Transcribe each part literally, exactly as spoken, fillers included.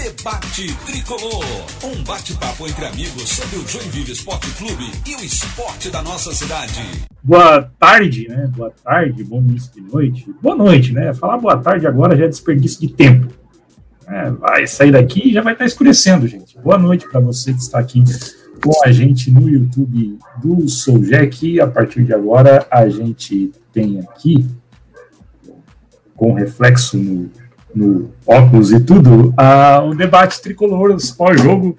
Debate Tricolor, um bate-papo entre amigos sobre o Joinville Esporte Clube e o esporte da nossa cidade. Boa tarde, né? Boa tarde, bom início de noite. Boa noite, né? Falar boa tarde agora já é desperdício de tempo. É, vai sair daqui e já vai estar escurecendo, gente. Boa noite para você que está aqui com a gente no YouTube do Sou Jack. A partir de agora a gente tem aqui, com reflexo no, no óculos e tudo, a, o debate tricolor, o pós-jogo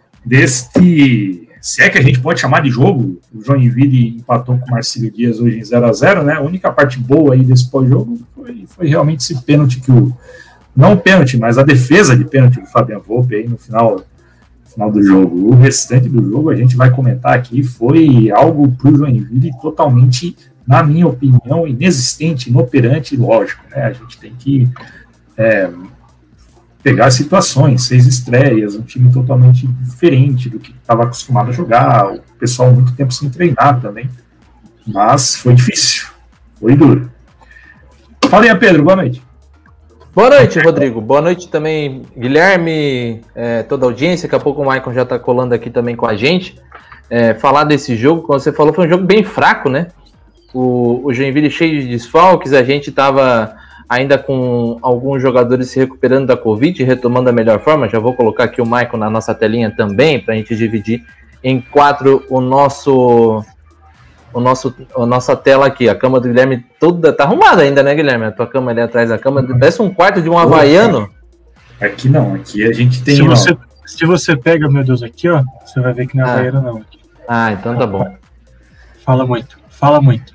deste, se é que a gente pode chamar de jogo. O Joinville empatou com o Marcílio Dias hoje em zero a zero, né? A única parte boa aí desse pós-jogo foi, foi realmente esse pênalti que o, não o pênalti, mas a defesa de pênalti do Fabian Volpe aí no final, no final do jogo. O restante do jogo a gente vai comentar aqui, foi algo para o Joinville totalmente, na minha opinião, inexistente, inoperante e lógico, né? A gente tem que é, pegar situações, seis estreias, um time totalmente diferente do que estava acostumado a jogar, o pessoal muito tempo sem treinar também, mas foi difícil, foi duro. Fala aí, Pedro, boa noite. Boa noite, Rodrigo. Boa noite também, Guilherme, é, toda a audiência. Daqui a pouco o Maicon já está colando aqui também com a gente. É, falar desse jogo, como você falou, foi um jogo bem fraco, né? O, o Joinville cheio de desfalques, a gente estava ainda com alguns jogadores se recuperando da Covid, retomando da melhor forma. Já vou colocar aqui o Maicon na nossa telinha também, para a gente dividir em quatro o nosso... O nosso, a nossa tela aqui, a cama do Guilherme toda tá arrumada ainda, né, Guilherme? A tua cama ali atrás da cama, parece um quarto de um havaiano. Aqui não, aqui a gente tem... Se você, se você pega, meu Deus, aqui, ó, você vai ver que não é ah. havaiano não. Aqui. Ah, então tá bom. Fala muito, fala muito.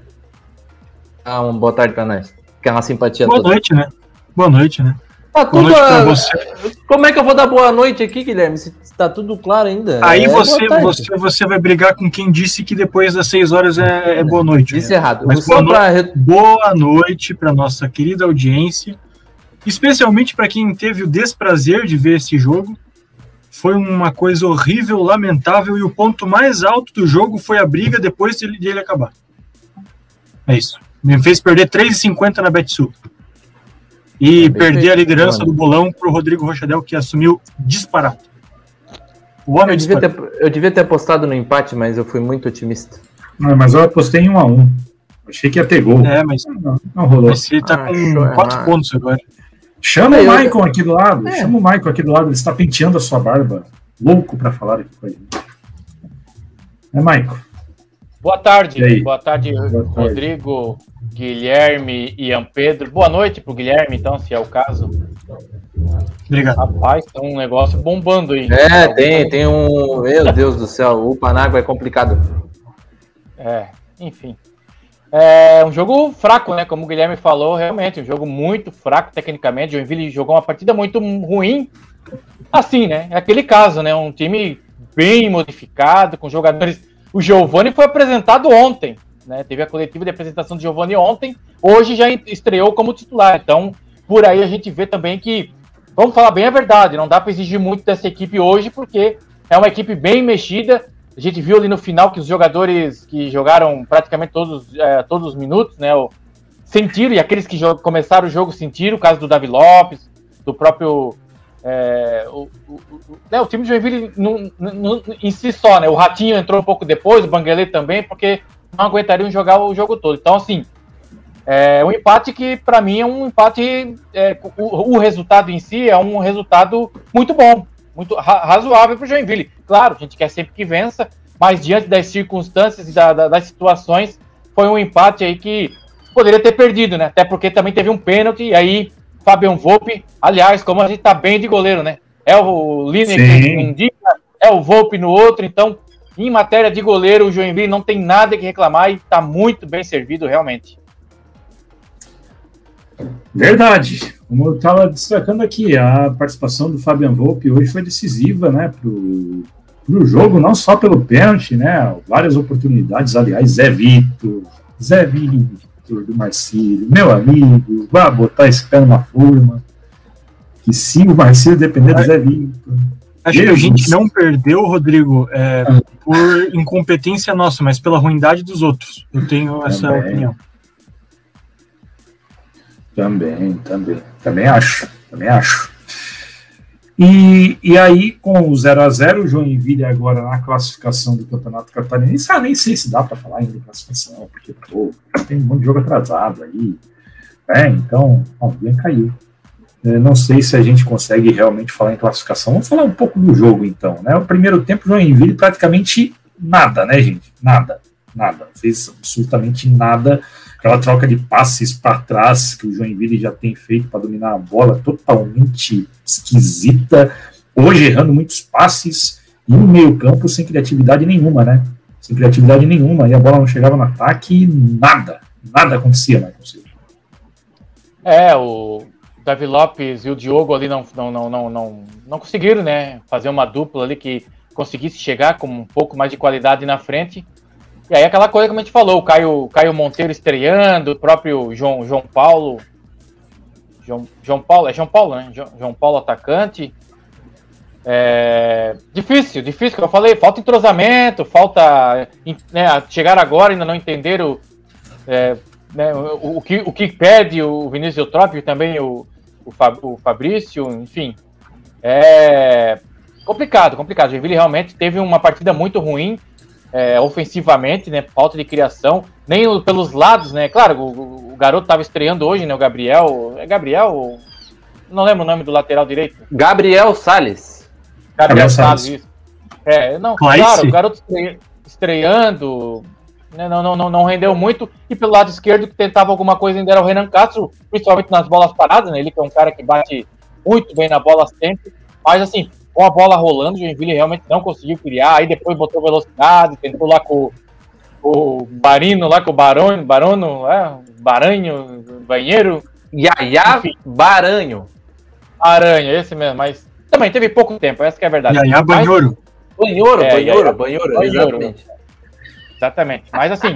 Ah, uma boa tarde pra nós. Que é uma simpatia boa toda. Boa noite, né? Boa noite, né? Tá tudo boa noite pra você. Como é que eu vou dar boa noite aqui, Guilherme? Se tá tudo claro ainda. Aí é você, você, você vai brigar com quem disse que depois das seis horas é, é boa noite. Disse né? errado. Mas boa, no... pra... boa noite para nossa querida audiência, especialmente para quem teve o desprazer de ver esse jogo. Foi uma coisa horrível, lamentável, e o ponto mais alto do jogo foi a briga depois dele, dele acabar. É isso. Me fez perder três reais e cinquenta na Betsul. E é perder a liderança mano. do bolão para o Rodrigo Rochadel, que assumiu disparado. O homem eu, devia ter, eu devia ter apostado no empate, mas eu fui muito otimista. Não, mas eu apostei em um a um. Achei que ia ter gol. É, mas não, não rolou. Mas ele tá ah, com quatro é pontos agora. Chama é, o Maicon eu... aqui do lado. É. Chama o Maicon aqui do lado. Ele está penteando a sua barba. Louco para falar aqui com a gente. É, Maicon. Boa tarde. Boa tarde, Boa tarde, Rodrigo, Guilherme e Ian Pedro. Boa noite pro Guilherme, então, se é o caso. Obrigado. Rapaz, tem um negócio bombando aí. É, tem, tem um... Meu Deus do céu, o Panágua é complicado. É, enfim. É um jogo fraco, né? Como o Guilherme falou, realmente, um jogo muito fraco tecnicamente. O Joinville jogou uma partida muito ruim. Assim, né? É aquele caso, né? Um time bem modificado, com jogadores... O Giovani foi apresentado ontem, né? Teve a coletiva de apresentação do Giovani ontem, hoje já estreou como titular. Então, por aí a gente vê também que, vamos falar bem a verdade, não dá para exigir muito dessa equipe hoje, porque é uma equipe bem mexida. A gente viu ali no final que os jogadores que jogaram praticamente todos, é, todos os minutos, né, sentiram, e aqueles que começaram o jogo sentiram, o caso do Davi Lopes, do próprio... É, o, o, o, né, o time de Joinville no, no, em si só, né? O Ratinho entrou um pouco depois, o Banguelê também, porque não aguentariam jogar o jogo todo. Então, assim, é um empate que, para mim, é um empate. É, o, o resultado em si é um resultado muito bom, muito ra- razoável para o Joinville. Claro, a gente quer sempre que vença, mas diante das circunstâncias e da, da, das situações, foi um empate aí que poderia ter perdido, né? Até porque também teve um pênalti, e aí. Fabian Volpe, aliás, como a gente tá bem de goleiro, né? É o Lineker que indica, é o Volpe no outro, então, em matéria de goleiro, o Joinville não tem nada que reclamar e tá muito bem servido, realmente. Verdade. Como eu estava destacando aqui, a participação do Fabian Volpe hoje foi decisiva, né, pro, pro jogo, não só pelo pênalti, né? Várias oportunidades, aliás, Zé Vitor, Zé Vitor, do Marcílio, meu amigo, vai botar esse pé numa forma, que se o Marcílio depender do Zé Vitor. Acho Jesus. Que a gente não perdeu, Rodrigo, é, ah. por incompetência nossa, mas pela ruindade dos outros. Eu tenho também, essa opinião. Também, também. Também acho, também acho. E, e aí, com o zero a zero, o Joinville agora na classificação do Campeonato Catarinense, ah, nem sei se dá para falar ainda de classificação, porque pô, tem um monte de jogo atrasado aí, né? Então, ó, bem caiu. É, não sei se a gente consegue realmente falar em classificação. Vamos falar um pouco do jogo, então, né? O primeiro tempo, o Joinville praticamente nada, né, gente? Nada, nada. Fez absolutamente nada. Aquela troca de passes para trás que o Joinville já tem feito para dominar a bola, totalmente esquisita. Hoje errando muitos passes e no meio campo sem criatividade nenhuma, né? Sem criatividade nenhuma. E a bola não chegava no ataque e nada. Nada acontecia, né? É, o Davi Lopes e o Diogo ali não, não, não, não, não, não conseguiram, né? Fazer uma dupla ali que conseguisse chegar com um pouco mais de qualidade na frente. E aí aquela coisa que a gente falou, o Caio, Caio Monteiro estreando, o próprio João, João Paulo, João, João Paulo, é João Paulo, né? João, João Paulo atacante. É, difícil, difícil, como eu falei, falta entrosamento, falta, né, chegar agora e ainda não entenderam é, né, o, o, que, o que pede o Vinícius Eutrópio e também o, o, Fab, o Fabrício, enfim. É complicado, complicado. O Joinville realmente teve uma partida muito ruim. É, ofensivamente, né, falta de criação, nem o, pelos lados, né, claro, o, o garoto estava estreando hoje, né, o Gabriel, é Gabriel, não lembro o nome do lateral direito. Gabriel Salles. Gabriel Salles, isso. É, não, Claro, claro, o garoto estre, estreando, né, não, não, não, não rendeu muito, e pelo lado esquerdo que tentava alguma coisa ainda era o Renan Castro, principalmente nas bolas paradas, né, ele que é um cara que bate muito bem na bola sempre, mas assim, com a bola rolando, o Joinville realmente não conseguiu criar, aí depois botou velocidade, tentou lá com o Barino, lá com o Barone, Barono, é, Baranho, Banheiro. Yaya Baranho. Aranha, esse mesmo, mas também teve pouco tempo, essa que é a verdade. Yaya Banhoro. Banhoro, É, Banhoro, Yaya- Banhoro, Banhoro. exatamente. Exatamente, mas assim...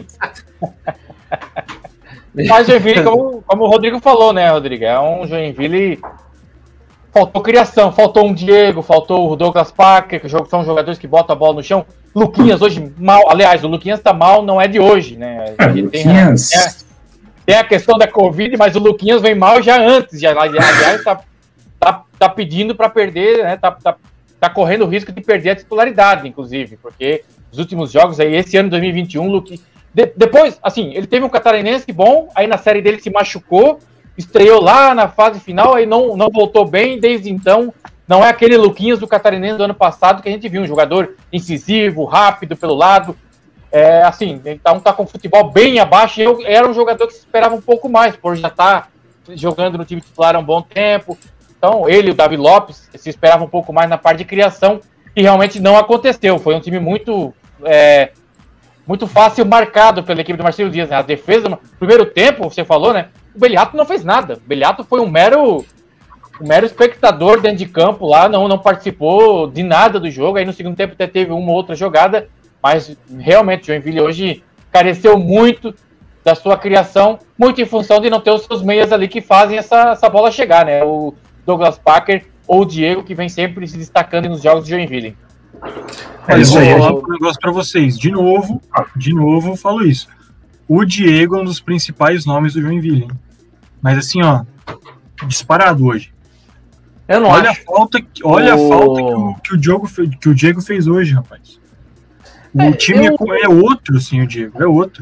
mas o Joinville, como, como o Rodrigo falou, né, Rodrigo, é um Joinville... Faltou criação, faltou um Diego, faltou o Douglas Parker, que são jogadores que botam a bola no chão. Luquinhas hoje mal, aliás, o Luquinhas tá mal, não é de hoje, né? Ah, Tem, Luquinhas. é, tem a questão da Covid, mas o Luquinhas vem mal já antes, já, aliás, tá, tá, tá pedindo para perder, né? Tá, tá, tá correndo o risco de perder a titularidade, inclusive, porque os últimos jogos aí, esse ano dois mil e vinte e um, Luqui, de, depois, assim, ele teve um catarinense bom, aí na série dele se machucou, estreou lá na fase final, aí não, não voltou bem, desde então não é aquele Luquinhas do catarinense do ano passado que a gente viu, um jogador incisivo, rápido pelo lado, é, assim, então tá com o futebol bem abaixo, e eu era um jogador que se esperava um pouco mais, por já estar jogando no time titular há um bom tempo, então ele e o Davi Lopes se esperava um pouco mais na parte de criação, e realmente não aconteceu, foi um time muito... É, muito fácil marcado pela equipe do Marcelo Dias, né? A defesa, no primeiro tempo, você falou, né? O Beliato não fez nada. O Beliato foi um mero, um mero espectador dentro de campo lá, não, não participou de nada do jogo. Aí no segundo tempo até teve uma outra jogada, mas realmente o Joinville hoje careceu muito da sua criação, muito em função de não ter os seus meias ali que fazem essa, essa bola chegar, né? O Douglas Parker ou o Diego, que vem sempre se destacando nos jogos de Joinville. Olha, eu isso vou aí, falar gente. um negócio pra vocês. De novo, de novo eu falo isso. O Diego é um dos principais nomes do Joinville, hein? Mas assim, ó, disparado hoje. Eu não Olha acho. a falta, olha O- a falta que o, que, o Diogo, fe- que o Diego fez hoje, rapaz. O É, time eu- é co- é outro, sim, o Diego, é outro.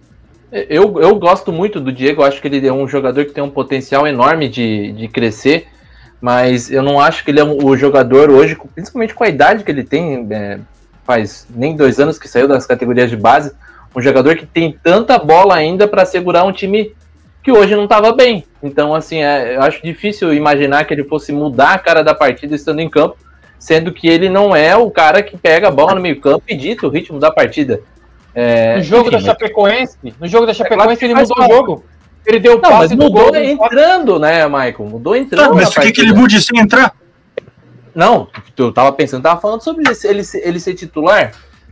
Eu, eu gosto muito do Diego, eu acho que ele é um jogador que tem um potencial enorme de, de crescer, mas eu não acho que ele é um, o jogador hoje, principalmente com a idade que ele tem, é, faz nem dois anos que saiu das categorias de base, um jogador que tem tanta bola ainda para segurar um time que hoje não estava bem. Então, assim, é, eu acho difícil imaginar que ele fosse mudar a cara da partida estando em campo, sendo que ele não é o cara que pega a bola no meio campo e dita o ritmo da partida. É, No jogo enfim, da Chapecoense, no jogo da claro Chapecoense que ele faz mudou o falta. jogo. Ele deu o Não, passe mas do mudou gol, entrando, né, Michael? Mudou entrando. Tá, mas na você quer que partida. ele mude sem entrar? Não, eu tava pensando, tava falando sobre ele, ele, ele ser titular.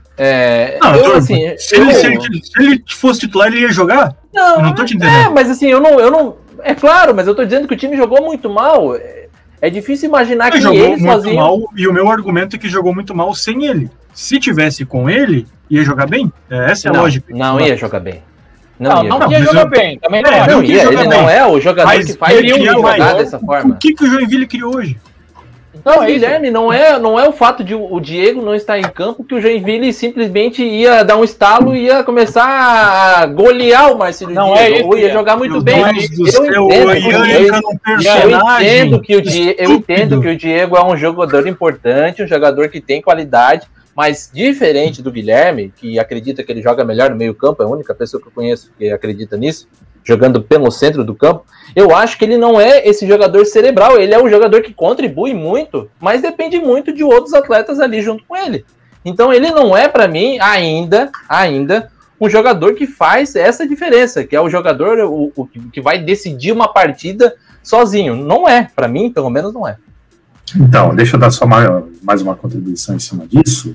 É, Não, eu, eu tô- assim, se, eu- ele, se, ele, se ele fosse titular, ele ia jogar? Não, Eu não tô te é, entendendo. mas assim, eu não, eu não. É claro, mas eu tô dizendo que o time jogou muito mal. É, é difícil imaginar Ele que jogou ele muito sozinho. mal, e o meu argumento é que jogou muito mal sem ele. Se tivesse com ele, ia jogar bem? É, essa é a não, lógica. não ia jogar bem. Não, Não, ia. não, jogar. ia mas jogar eu- bem. Também não É, acho. Não não ia ia, jogar ele bem. não é o jogador Mas que faz ele ele ia jogar mais. dessa O forma. que, que o Joinville criou hoje? Não, Guilherme, não é, não é o fato de o Diego não estar em campo que o Joinville simplesmente ia dar um estalo e ia começar a golear o Marcílio Não Diego, é isso, ou ia Guilherme. jogar muito Meu bem. Deus do Eu céu, entendo, o que o Ian Diego- entra num eu personagem entendo que o Die- eu entendo estúpido. que o Diego é um jogador importante, um jogador que tem qualidade, mas diferente do Guilherme, que acredita que ele joga melhor no meio-campo, é a única pessoa que eu conheço que acredita nisso, jogando pelo centro do campo, eu acho que ele não é esse jogador cerebral, ele é um jogador que contribui muito, mas depende muito de outros atletas ali junto com ele. Então ele não é, para mim, ainda, ainda, um jogador que faz essa diferença, que é o jogador o, o, que vai decidir uma partida sozinho. Não é, para mim, pelo menos não é. Então, deixa eu dar só mais, mais uma contribuição em cima disso.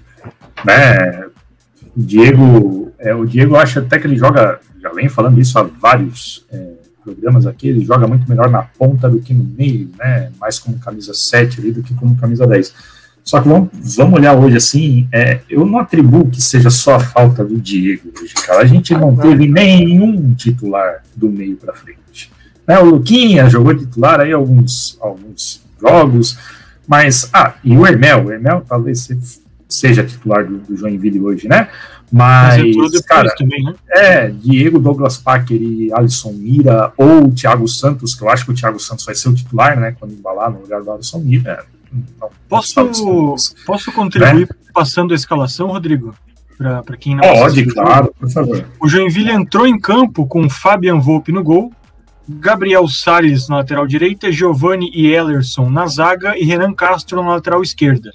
Né? O Diego, é, o Diego acha até que ele joga, já vem falando isso há vários é, programas aqui, ele joga muito melhor na ponta do que no meio, né? Mais como camisa sete ali do que como camisa dez. Só que vamos, vamos olhar hoje assim, é, eu não atribuo que seja só a falta do Diego hoje, cara. A gente não teve nenhum titular do meio para frente. Né? O Luquinha jogou titular aí alguns, alguns jogos, mas, ah, e o Hermel, o Hermel talvez seja titular do, do Joinville hoje, né? Mas, Mas cara, também, né? é, Diego, Douglas Packer e Alisson Mira, ou o Thiago Santos, que eu acho que o Thiago Santos vai ser o titular, né, quando embalar no lugar do Alisson Mira. Não, Posso, não posso contribuir, né, passando a escalação, Rodrigo? Para quem não Pode, claro, por favor. O Joinville entrou em campo com Fabian Volpe no gol, Gabriel Salles na lateral direita, Giovanni e Ellerson na zaga e Renan Castro na lateral esquerda.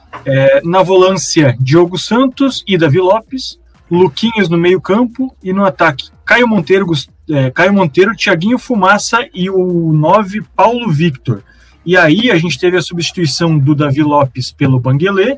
É, na volância, Diogo Santos e Davi Lopes, Luquinhas no meio campo e no ataque, Caio Monteiro, é, Caio Monteiro, Thiaguinho Fumaça e o nove, Paulo Victor. E aí a gente teve a substituição do Davi Lopes pelo Banguelê,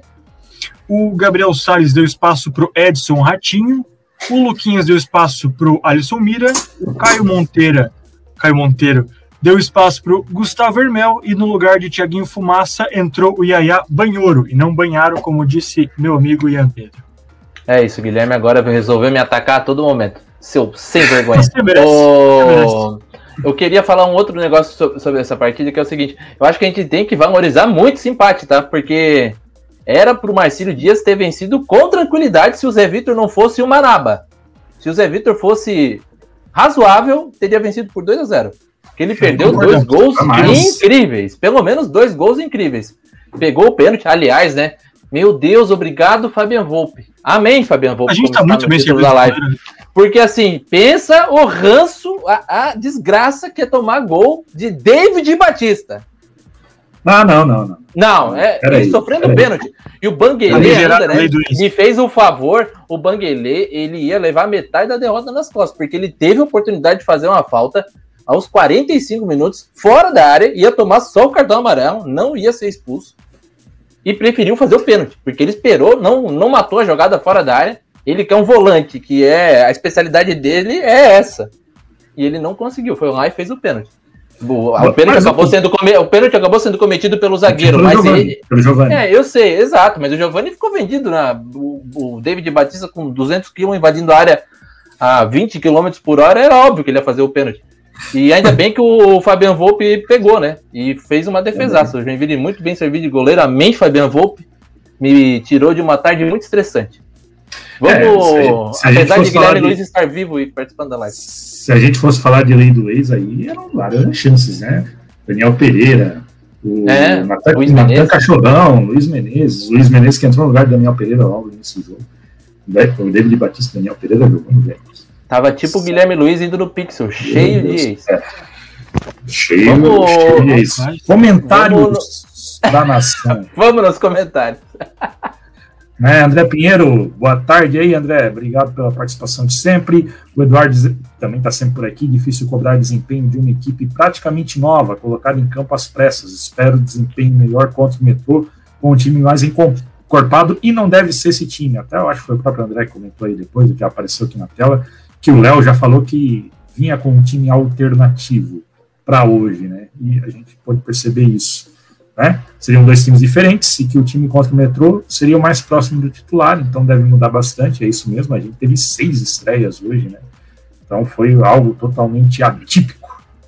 o Gabriel Salles deu espaço para o Edson Ratinho, o Luquinhas deu espaço para o Alisson Mira, o Caio Monteiro, Caio Monteiro deu espaço para o Gustavo Hermel e no lugar de Thiaguinho Fumaça entrou o Yaya Banhoro, e não Banharo, como disse meu amigo Ian Pedro. É isso, Guilherme agora resolveu me atacar a todo momento. Seu sem vergonha. Você merece, oh, você merece. Eu queria falar um outro negócio sobre, sobre essa partida, que é o seguinte, eu acho que a gente tem que valorizar muito esse empate, tá? Porque era pro Marcílio Dias ter vencido com tranquilidade se o Zé Vitor não fosse uma naba. Se o Zé Vitor fosse razoável, teria vencido por dois a zero. Porque ele perdeu dois gols incríveis. Pelo menos dois gols incríveis. Pegou o pênalti, aliás, né? Meu Deus, obrigado, Fabian Volpe. Amém, Fabian Volpe. A gente tá muito bem servido da live. Porque assim, pensa o ranço, a, a desgraça que é tomar gol de David Batista. Ah, não, não, não. Não, é ele aí, sofrendo pênalti. E o Banguelê ainda, né, me fez um favor, o Banguelê, ele ia levar metade da derrota nas costas, porque ele teve a oportunidade de fazer uma falta aos quarenta e cinco minutos, fora da área, ia tomar só o cartão amarelo, não ia ser expulso, e preferiu fazer o pênalti, porque ele esperou, não, não matou a jogada fora da área, ele que é um volante, que é a especialidade dele é essa, e ele não conseguiu, foi lá e fez o pênalti. O, o, pênalti acabou sendo come... o pênalti acabou sendo cometido pelo zagueiro, pelo mas Giovani, ele... pelo Giovani. É, eu sei, exato, mas o Giovani ficou vendido, na... o, o David Batista com duzentos quilos invadindo a área a vinte quilômetros por hora, era óbvio que ele ia fazer o pênalti. E ainda bem que o Fabian Volpe pegou, né? E fez uma defesaça. O Joinville muito bem servido de goleiro. Amém, Fabian Volpe. Me tirou de uma tarde muito estressante. Vamos, é, se, se apesar de Guilherme de... Luiz estar vivo e participando da live. Se a gente fosse falar de lei do ex, aí eram várias chances, né? Daniel Pereira, o é, Natan, Luiz Natan Menezes. Cachorrão, Luiz Menezes. Luiz Menezes que entrou no lugar do Daniel Pereira logo nesse jogo. O David Batista e Daniel Pereira jogando bem. Tava tipo o Guilherme Luiz indo no Pixel, cheio de ex. É. Cheio, Vamos... cheio de ex. Comentários Vamos... da nação. Vamos nos comentários. Né, André Pinheiro, boa tarde aí, André. Obrigado pela participação de sempre. O Eduardo também está sempre por aqui. Difícil cobrar desempenho de uma equipe praticamente nova, colocada em campo às pressas. Espero desempenho melhor contra o Metrô, com um time mais encorpado, e não deve ser esse time. Até eu acho que foi o próprio André que comentou aí depois, já apareceu aqui na tela, que o Léo já falou que vinha com um time alternativo para hoje, né? E a gente pode perceber isso. Né? Seriam dois times diferentes e que o time contra o Metrô seria o mais próximo do titular, então deve mudar bastante, é isso mesmo, a gente teve seis estreias hoje, né? Então foi algo totalmente atípico.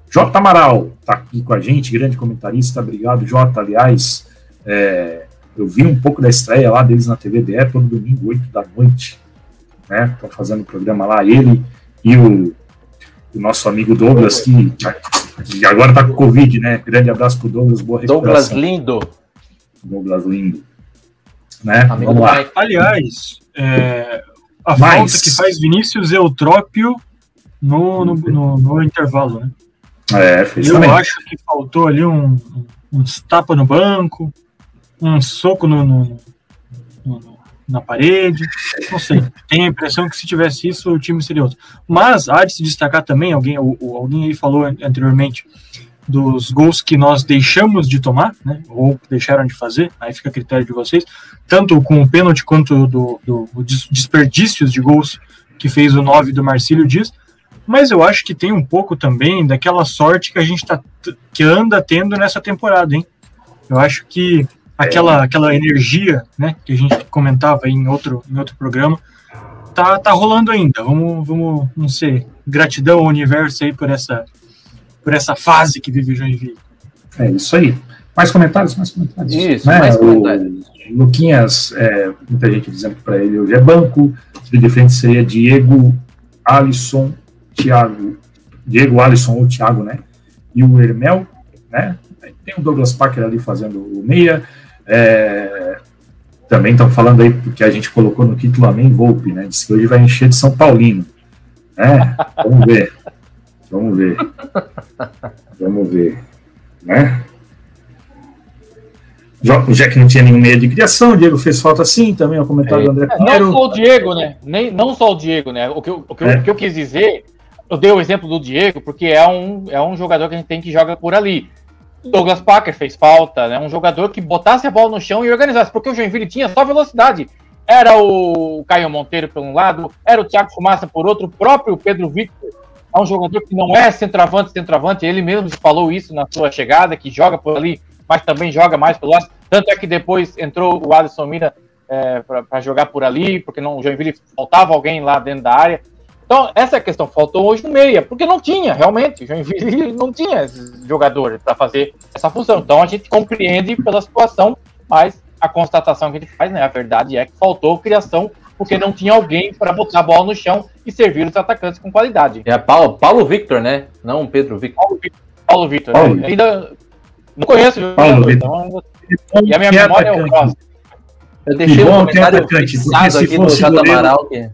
J. Amaral está aqui com a gente, grande comentarista, obrigado, Jota. Aliás, é, eu vi um pouco da estreia lá deles na T V B E todo domingo, oito da noite, né? Estão fazendo o programa lá, ele e o, o nosso amigo Douglas, que, que agora está com Covid, né? Grande abraço pro Douglas, boa recuperação. Douglas Lindo. Douglas Lindo. Né? Amigo Vamos lá. Mike. Aliás, é, a Mas- falta que faz Vinícius Eutrópio no, no, no, no intervalo, né? É, fez Eu também. acho que faltou ali um, uns tapa no banco, um soco no, no- no- na parede, não sei. Tenho a impressão que se tivesse isso, o time seria outro. Mas há de se destacar também, alguém, o- o- alguém aí falou anteriormente, dos gols que nós deixamos de tomar, né, ou deixaram de fazer, aí fica a critério de vocês, tanto com o pênalti quanto do, do, do desperdícios de gols que fez o nove do Marcílio Dias, mas eu acho que tem um pouco também daquela sorte que a gente tá, que anda tendo nessa temporada, hein? Eu acho que aquela, aquela energia, né, que a gente comentava aí em outro, em outro programa, tá, tá rolando ainda. Vamos, vamos, não sei, gratidão ao universo aí por essa, por essa fase que vive o Joinville. É isso aí. Mais comentários? Mais comentários. Isso, né? mais O comentários. Luquinhas, é, muita gente dizendo que para ele hoje é banco. O de frente seria Diego, Alisson, Thiago. Diego, Alisson ou Thiago, né? E o Hermel, né? Tem o Douglas Parker ali fazendo o meia. É, também estão falando aí, porque a gente colocou no título Amém Volpe, né? Diz que hoje vai encher de São Paulino. É, vamos ver. Vamos ver. Vamos ver. Né? Já que não tinha nenhum meio de criação, o Diego fez falta sim, também o comentário É. do André É, Pinheiro. não só o Diego, né? Nem, não só o Diego, né? O que, eu, o, que eu, É. o que eu quis dizer, eu dei o exemplo do Diego, porque é um, é um jogador que a gente tem que joga por ali. Douglas Parker fez falta, né? Um jogador que botasse a bola no chão e organizasse, porque o Joinville tinha só velocidade. Era o Caio Monteiro por um lado, era o Thiago Fumaça por outro, o próprio Pedro Victor é um jogador que não é centroavante, centroavante, ele mesmo falou isso na sua chegada, que joga por ali, mas também joga mais pelo lado. Tanto é que depois entrou o Alisson Mira é, para jogar por ali, porque não, o Joinville faltava alguém lá dentro da área. Então, essa é a questão, faltou hoje no meia, porque não tinha, realmente, o Joinville não tinha esses jogadores para fazer essa função. Então, a gente compreende pela situação, mas a constatação que a gente faz, né, a verdade é que faltou criação, porque não tinha alguém para botar a bola no chão e servir os atacantes com qualidade. É Paulo, Paulo Victor, né? Não Pedro Victor. Paulo Vitor, Paulo Vitor Paulo. né? Ainda não conheço o Paulo jogador, Vitor. então, e a minha Que memória é o atacante. próximo. Eu deixei Que um bom que é comentário atacante, porque fixado se aqui do fosse Jota goleiro- Amaral. Que...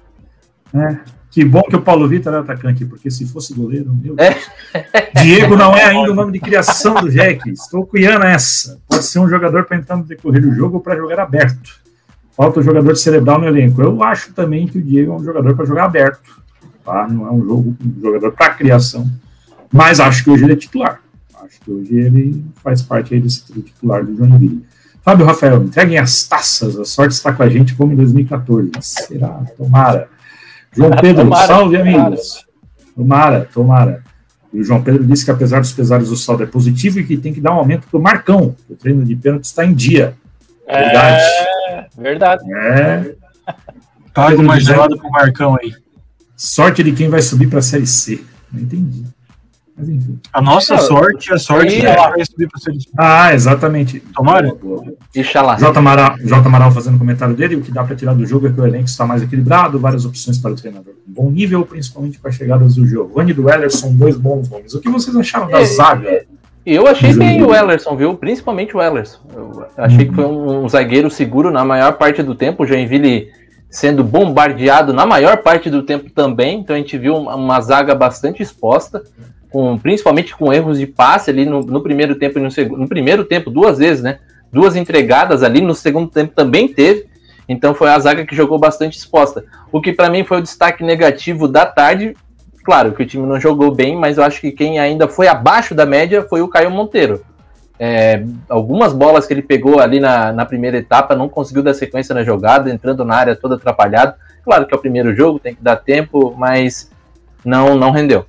É, que bom que o Paulo Vitor era atacante, porque se fosse goleiro, meu É. Deus. Diego não é ainda o nome de criação do Jack. Estou cuiando essa. Pode ser um jogador para entrar no decorrer do jogo ou para jogar aberto. Falta o jogador cerebral no elenco. Eu acho também que o Diego é um jogador para jogar aberto. Tá? Não é um, jogo, um jogador para criação. Mas acho que hoje ele é titular. Acho que hoje ele faz parte aí desse trio titular do Joinville. Fábio Rafael, entreguem as taças. A sorte está com a gente como em dois mil e catorze. Será? Tomara. João Pedro, Tomara, salve tomara. amigos. Tomara, tomara. E o João Pedro disse que apesar dos pesares o saldo é positivo e que tem que dar um aumento para o Marcão. O treino de pênalti está em dia. Verdade. É, verdade. É. Paga uma Pedro gelada pro Marcão aí. Sorte de quem vai subir para a Série C. Não entendi. Mas enfim. A nossa Não, sorte, a sorte aí, que ó. vai subir pra Série C. Ah, exatamente. Tomara. Boa, boa, boa. Ixalá. J. Amaral, J. Amaral fazendo comentário dele, o que dá para tirar do jogo é que o elenco está mais equilibrado, várias opções para o treinador com bom nível, principalmente com as chegadas do Giovanni e do Ellerson, dois bons nomes. O que vocês acharam da É, zaga? Eu achei Jogo. bem o Ellerson, viu? Principalmente o Ellerson. Eu achei que foi um, um zagueiro seguro na maior parte do tempo. O Joinville sendo bombardeado na maior parte do tempo também. Então a gente viu uma, uma zaga bastante exposta, com, principalmente com erros de passe ali no, no primeiro tempo e no segundo. No primeiro tempo, duas vezes, né? Duas entregadas ali. No segundo tempo também teve. Então foi a zaga que jogou bastante exposta. O que para mim foi o destaque negativo da tarde. Claro que o time não jogou bem, mas eu acho que quem ainda foi abaixo da média foi o Caio Monteiro. É, algumas bolas que ele pegou ali na, na primeira etapa, não conseguiu dar sequência na jogada, entrando na área todo atrapalhado. Claro que é o primeiro jogo, tem que dar tempo, mas não, não rendeu.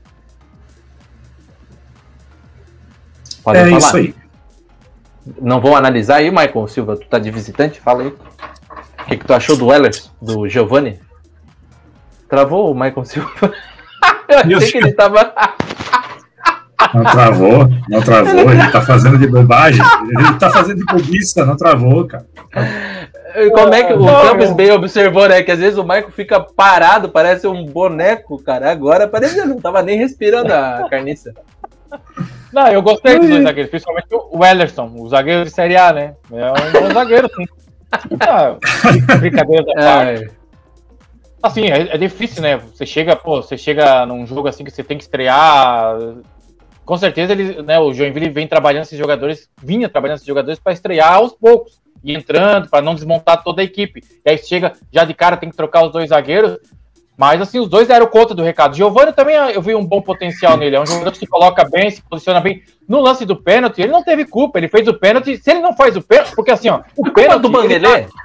Pode É falar. isso aí. Não vão analisar aí, Michael Silva? Tu tá de visitante? Fala aí. O que, que tu achou do Ellerson, do Giovanni? Travou o Michael Silva? Eu Meu achei que Deus. ele tava... Não travou, não travou. Ele tá fazendo de bobagem. Ele tá fazendo de bobiça, não travou, cara. Como é que o Campos bem observou, né? Que às vezes o Michael fica parado, parece um boneco, cara. Agora parece que não tava nem respirando a carniça. Não, eu gostei dos dois zagueiros, principalmente o Ellerson, o zagueiro de Série A, né? É um bom zagueiro, sim. Ah, brincadeira da parte. Assim, é, é difícil, né? Você chega, pô, você chega num jogo assim que você tem que estrear. Com certeza ele, né, o Joinville vem trabalhando esses jogadores, vinha trabalhando esses jogadores para estrear aos poucos, e entrando, para não desmontar toda a equipe. E aí chega, já de cara tem que trocar os dois zagueiros. Mas assim, os dois deram conta do recado. Giovani também, eu vi um bom potencial nele. É um jogador que se coloca bem, se posiciona bem. No lance do pênalti, ele não teve culpa. Ele fez o pênalti. Se ele não faz o pênalti, porque assim, ó, o pênalti do Banguelê? Tá...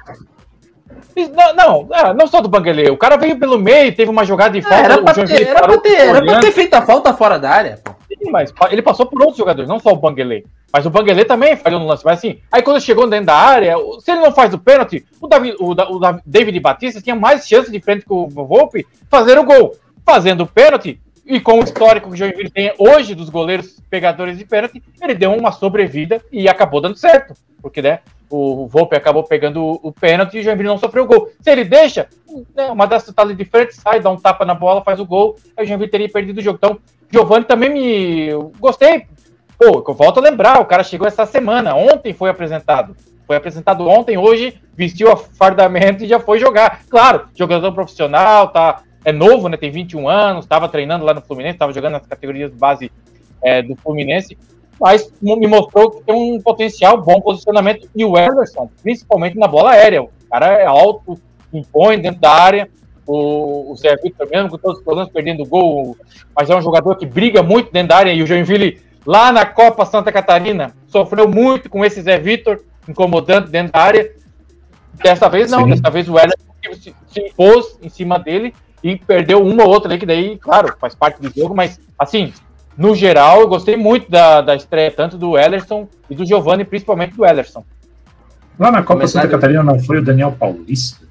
Não, não, não só do Banguelê. O cara veio pelo meio, teve uma jogada de falta. É, era, pra ter, era, pra ter, era pra ter feito a falta fora da área. Pô. Sim, mas ele passou por outros jogadores, não só o Banguelê. Mas o Banguelê também falhou no lance. Mas assim, aí quando chegou dentro da área, se ele não faz o pênalti, o, Davi, o, o David Batista tinha mais chance de frente com o Volpe fazer o gol. Fazendo o pênalti, e com o histórico que o Joinville tem hoje dos goleiros pegadores de pênalti, ele deu uma sobrevida e acabou dando certo. Porque, né, o Volpe acabou pegando o, o pênalti e o Joinville não sofreu o gol. Se ele deixa, né, uma dessas tá ali de frente, sai, dá um tapa na bola, faz o gol, aí o Joinville teria perdido o jogo. Então, Giovani também me... Eu gostei. Pô, eu volto a lembrar, o cara chegou essa semana, ontem foi apresentado. Foi apresentado ontem, hoje vestiu a fardamento e já foi jogar. Claro, jogador profissional, tá, é novo, né, tem vinte e um anos, estava treinando lá no Fluminense, estava jogando nas categorias de base é, do Fluminense, mas me mostrou que tem um potencial, bom posicionamento. E o Ellerson, principalmente na bola aérea, o cara é alto, impõe dentro da área. O, o Zé Vitor mesmo, com todos os problemas, perdendo o gol, mas é um jogador que briga muito dentro da área, e o Joinville... Lá na Copa Santa Catarina, sofreu muito com esse Zé Vitor, incomodando dentro da área. Dessa vez não, Sim. dessa vez o Ellerson se, se impôs em cima dele e perdeu uma ou outra ali, que daí, claro, faz parte do jogo, mas assim, no geral, eu gostei muito da, da estreia, tanto do Ellerson e do Giovani, principalmente do Ellerson. Lá na Copa Santa Catarina não foi o Daniel Paulista?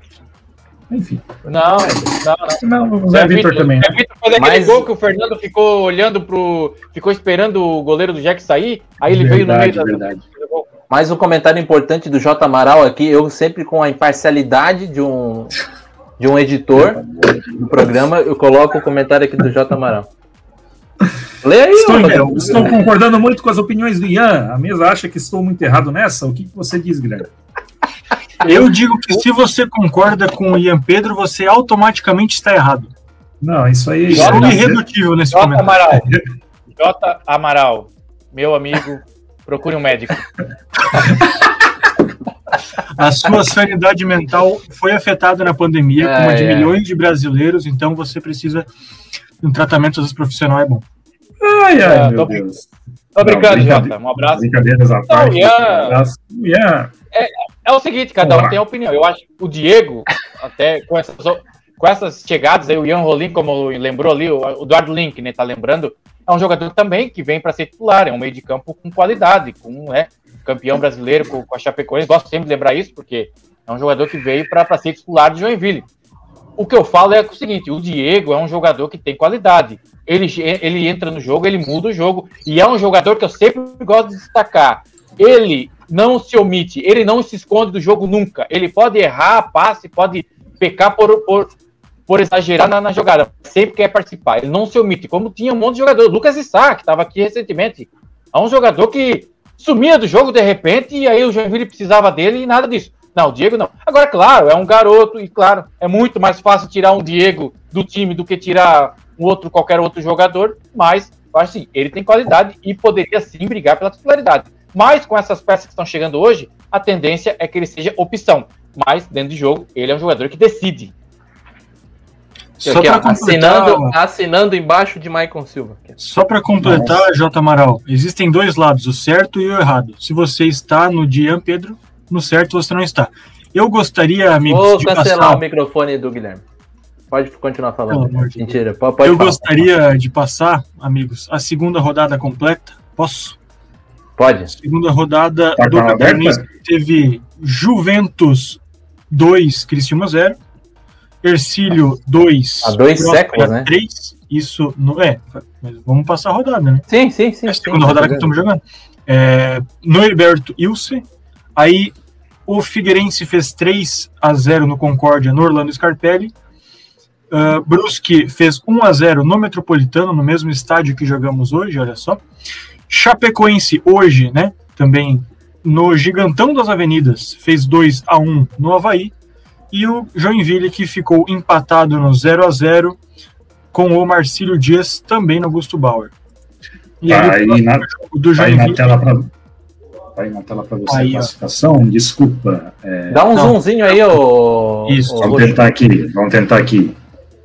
Enfim. Não, não, não. O Zé Vitor também. Zé Vitor fez aquele Mas... gol que o Fernando ficou olhando pro. Ficou esperando o goleiro do Jack sair, aí ele verdade, veio no meio da. Verdade. Mais um comentário importante do J. Amaral aqui, eu sempre com a imparcialidade de um, de um editor do programa, eu coloco o comentário aqui do J. Amaral. Lê aí, estou, eu, estou concordando muito com as opiniões do Ian. A mesa acha que estou muito errado nessa? O que, que você diz, Guilherme? Eu digo que se você concorda com o Ian Pedro, você automaticamente está errado. Não, isso aí é irredutível nesse J. comentário. Amaral, J. Amaral, meu amigo, procure um médico. A sua sanidade mental foi afetada na pandemia, é, como a de é. milhões de brasileiros, então você precisa de um tratamento dos profissional, é bom. Ai, ai, é, meu tô, Deus. Tô brincando, Jota. Um abraço. Brincadeiras à parte. Não, Ian, um abraço. Ian. É, é o seguinte, cada um tem a opinião. Eu acho que o Diego, até com essas, com essas chegadas, aí o Ian Rolim, como lembrou ali, o Eduardo Link, né, tá lembrando, é um jogador também que vem para ser titular, é um meio de campo com qualidade, com né, campeão brasileiro com, com a Chapecoense. Gosto sempre de lembrar isso, porque é um jogador que veio para ser titular do Joinville. O que eu falo é o seguinte, o Diego é um jogador que tem qualidade. Ele, ele entra no jogo, ele muda o jogo, e é um jogador que eu sempre gosto de destacar. Ele não se omite, ele não se esconde do jogo nunca. Ele pode errar, passe, pode pecar por, por, por exagerar na, na jogada. Sempre quer participar, ele não se omite. Como tinha um monte de jogador, Lucas Issa, que estava aqui recentemente. É um jogador que sumia do jogo de repente, e aí o Joinville precisava dele e nada disso. Não, o Diego não. Agora, claro, é um garoto, e claro, é muito mais fácil tirar um Diego do time do que tirar um outro, qualquer outro jogador, mas, assim, ele tem qualidade e poderia sim brigar pela titularidade. Mas com essas peças que estão chegando hoje, a tendência é que ele seja opção. Mas, dentro de jogo, ele é um jogador que decide. Só aqui, ó, assinando, assinando embaixo de Maicon Silva. Só para completar, Nossa. J. Amaral, existem dois lados, o certo e o errado. Se você está no Ian Pedro, no certo você não está. Eu gostaria, amigos, Vou de cancelar passar... o microfone do Guilherme. Pode continuar falando. Mentira, pode, pode Eu falar. gostaria de passar, amigos, a segunda rodada completa. Posso? Pode. Segunda rodada tá do Catarinense teve Juventus dois, Criciúma zero. Ercílio dois, há dois séculos, né? três. Isso no, é, mas vamos passar a rodada, né? Sim, sim, sim. É a sim, segunda sim, rodada sim. que estamos jogando. É, no Heriberto Ilse, aí o Figueirense fez três a zero no Concórdia, no Orlando Scarpelli. Uh, Brusque fez um a zero no Metropolitano, no mesmo estádio que jogamos hoje, olha só. Chapecoense hoje, né, também no Gigantão das Avenidas, fez dois a um no Avaí. E o Joinville, que ficou empatado no zero a zero com o Marcílio Dias, também no Augusto Bauer. E Tá aí, aí na, do tá aí na Joinville, tela para tá aí na tela para você Aí, a ó. classificação. Desculpa. É, Dá um Não. zoomzinho aí, ô. Isso, ô, vamos Roxo. tentar aqui. Vamos tentar aqui.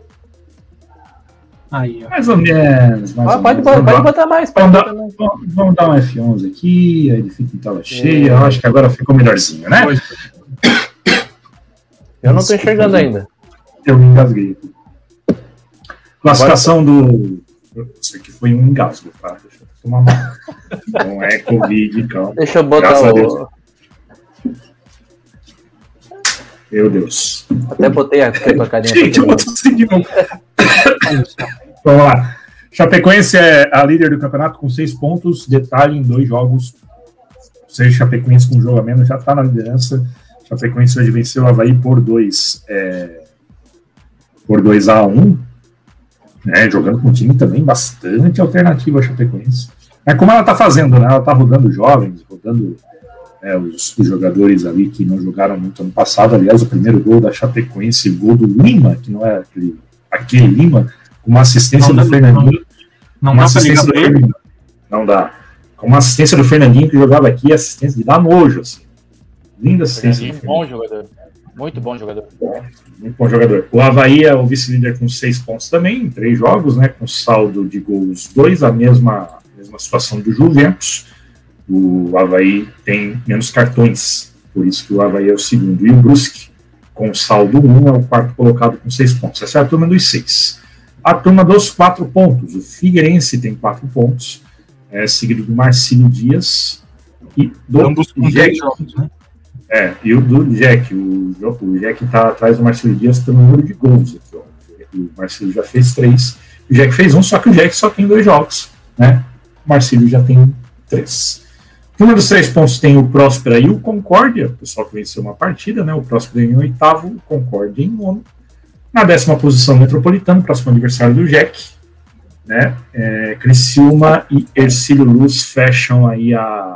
aí, ó. Mais ou menos. Mais Ah, ou pode, menos. pode, Vamos pode dar- botar mais, pode Vamos botar dar, mais. vamos- vamos dar um F onze aqui, aí ele fica em tela cheia. É. Eu acho que agora ficou melhorzinho, né? Pois. Eu não tô enxergando ainda. Eu me engasguei. Classificação do. Isso aqui foi um engasgo, tá? Deixa eu tomar uma. Não é Covid, calma. Deixa eu botar Graças a o. Deus. Meu Deus. Até botei a a carinha. Gente, eu vou tossir de novo. Vamos lá. Chapecoense é a líder do campeonato com seis pontos. Detalhe, em dois jogos. Ou seja, Chapecoense com um jogo a menos já está na liderança. Chapecoense hoje venceu o Avaí por dois é, por dois a um, né, jogando com um time também bastante alternativo a Chapecoense. É como ela está fazendo, né? Ela está rodando jovens, rodando é, os, os jogadores ali que não jogaram muito ano passado. Aliás, o primeiro gol da Chapecoense, o gol do Lima, que não é aquele, aquele Lima, com uma assistência Não do dá- Fernandinho. Não Uma dá pra ligar assistência pra do ele? Fernandinho. Não dá. Com uma assistência do Fernandinho que jogava aqui, assistência de dar nojo, assim. Linda assistência. do Fernandinho, Fernandinho. bom jogador. Muito bom jogador. Muito bom jogador. O Avaí é o vice-líder com seis pontos também, em três jogos, né? Com saldo de gols dois, a mesma, mesma situação do Juventus. O Avaí tem menos cartões, por isso que o Avaí é o segundo. E o Brusque, com saldo um, é o quarto colocado com seis pontos. Essa é a turma dos seis. A turma dos quatro pontos. O Figueirense tem quatro pontos, é seguido do Marcílio Dias e do Ambos com Jack. três jogos, né? É, e o do Jack. O, o Jack está atrás do Marcílio Dias pelo número de gols. Aqui, ó. O Marcílio já fez três. O Jack fez um, só que o Jack só tem dois jogos. Né? O Marcílio já tem três. Turma dos três pontos tem o Próspera e o Concórdia. O pessoal que venceu uma partida, né? O Próspera em oitavo, o Concórdia em nono. Na décima posição, o Metropolitano, próximo aniversário do Jack. Né? É, Criciúma e Ercílio Luz fecham aí a,